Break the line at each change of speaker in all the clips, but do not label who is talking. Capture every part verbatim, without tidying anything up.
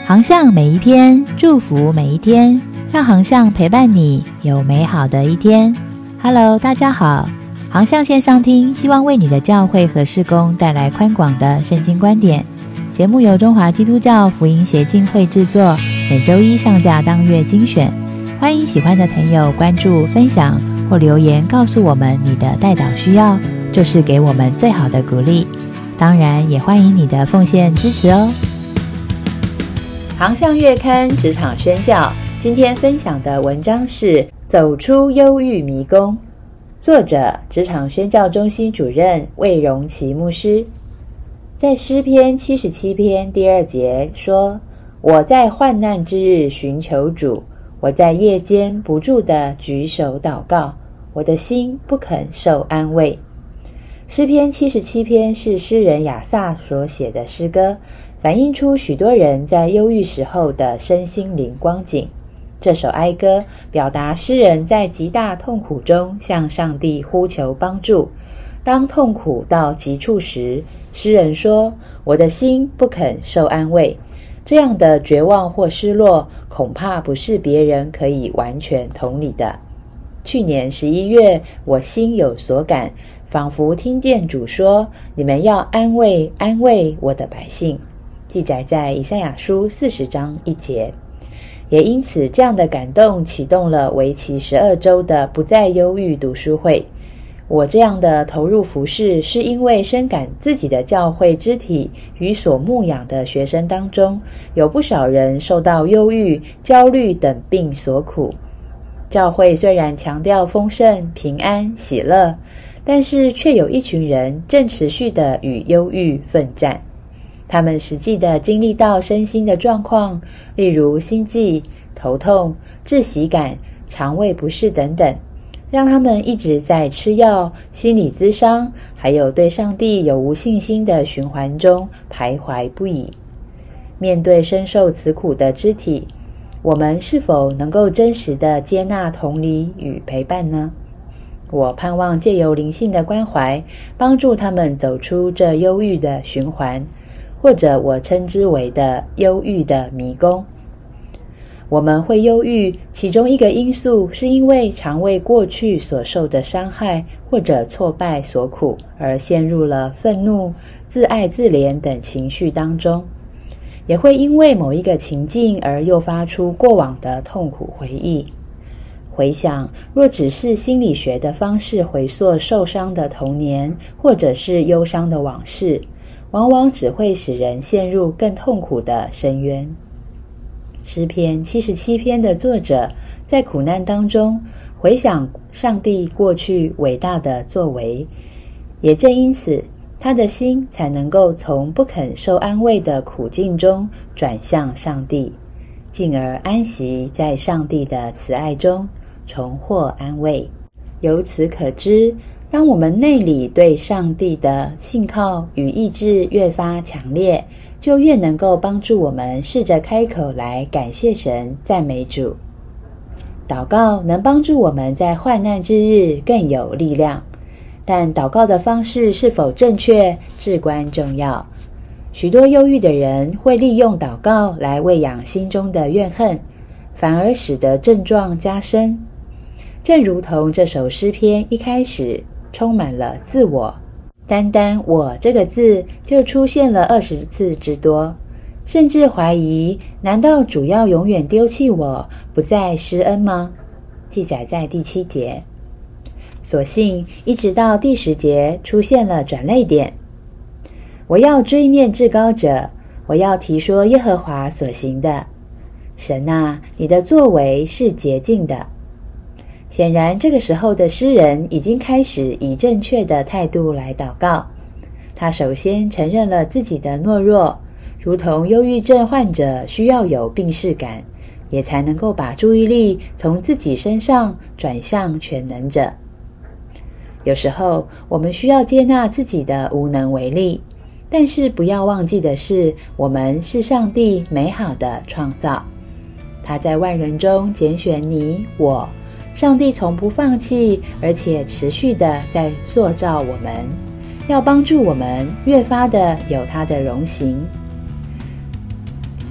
航向每一篇，祝福每一天，让航向陪伴你有美好的一天。 Hello， 大家好，航向线上听，希望为你的教会和事工带来宽广的圣经观点。节目由中华基督教福音协进会制作，每周一上架当月精选。欢迎喜欢的朋友关注、分享或留言告诉我们你的代祷需要，就是给我们最好的鼓励。当然也欢迎你的奉献支持哦。航向月刊职场宣教，今天分享的文章是走出忧郁迷宫，作者职场宣教中心主任魏荣琪牧师。在诗篇七十七篇第二节说，我在患难之日寻求主，我在夜间不住地举手祷告，我的心不肯受安慰。诗篇七十七篇是诗人亚萨所写的诗歌，反映出许多人在忧郁时候的身心灵光景。这首哀歌表达诗人在极大痛苦中向上帝呼求帮助。当痛苦到极处时，诗人说，我的心不肯受安慰。这样的绝望或失落，恐怕不是别人可以完全同理的。去年十一月，我心有所感，仿佛听见主说，你们要安慰安慰我的百姓，记载在以赛亚书四十章一节。也因此，这样的感动启动了为期十二周的不再忧郁读书会。我这样的投入服事，是因为深感自己的教会肢体与所牧养的学生当中，有不少人受到忧郁、焦虑等病所苦。教会虽然强调丰盛、平安、喜乐，但是却有一群人正持续地与忧郁奋战。他们实际地经历到身心的状况，例如心悸、头痛、窒息感、肠胃不适等等，让他们一直在吃药、心理咨商，还有对上帝有无信心的循环中徘徊不已。面对深受此苦的肢体，我们是否能够真实地接纳、同理与陪伴呢？我盼望借由灵性的关怀，帮助他们走出这忧郁的循环，或者我称之为的忧郁的迷宫。我们会忧郁，其中一个因素是因为常为过去所受的伤害或者挫败所苦，而陷入了愤怒、自爱自怜等情绪当中。也会因为某一个情境而诱发出过往的痛苦回忆。回想，若只是心理学的方式回溯受伤的童年，或者是忧伤的往事，往往只会使人陷入更痛苦的深渊。诗篇七十七篇的作者在苦难当中回想上帝过去伟大的作为，也正因此他的心才能够从不肯受安慰的苦境中转向上帝，进而安息在上帝的慈爱中，重获安慰。由此可知，当我们内里对上帝的信靠与意志越发强烈，就越能够帮助我们试着开口来感谢神、赞美主。祷告能帮助我们在患难之日更有力量，但祷告的方式是否正确至关重要。许多忧郁的人会利用祷告来喂养心中的怨恨，反而使得症状加深。正如同这首诗篇一开始充满了自我，单单我这个字就出现了二十次之多，甚至怀疑，难道主要永远丢弃我，不再施恩吗？记载在第七节。所幸一直到第十节出现了转捩点，我要追念至高者，我要提说耶和华所行的。神啊，你的作为是洁净的。显然这个时候的诗人已经开始以正确的态度来祷告。他首先承认了自己的懦弱，如同忧郁症患者需要有病识感，也才能够把注意力从自己身上转向全能者。有时候我们需要接纳自己的无能为力，但是不要忘记的是，我们是上帝美好的创造。他在万人中拣选你我，上帝从不放弃，而且持续的在塑造我们，要帮助我们越发的有他的荣行。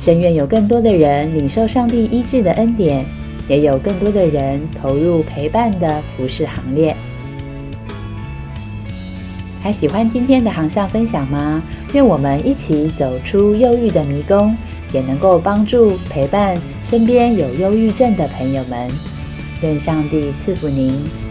深愿有更多的人领受上帝医治的恩典，也有更多的人投入陪伴的服事行列。还喜欢今天的航向分享吗？愿我们一起走出忧郁的迷宫，也能够帮助陪伴身边有忧郁症的朋友们。愿上帝赐福您。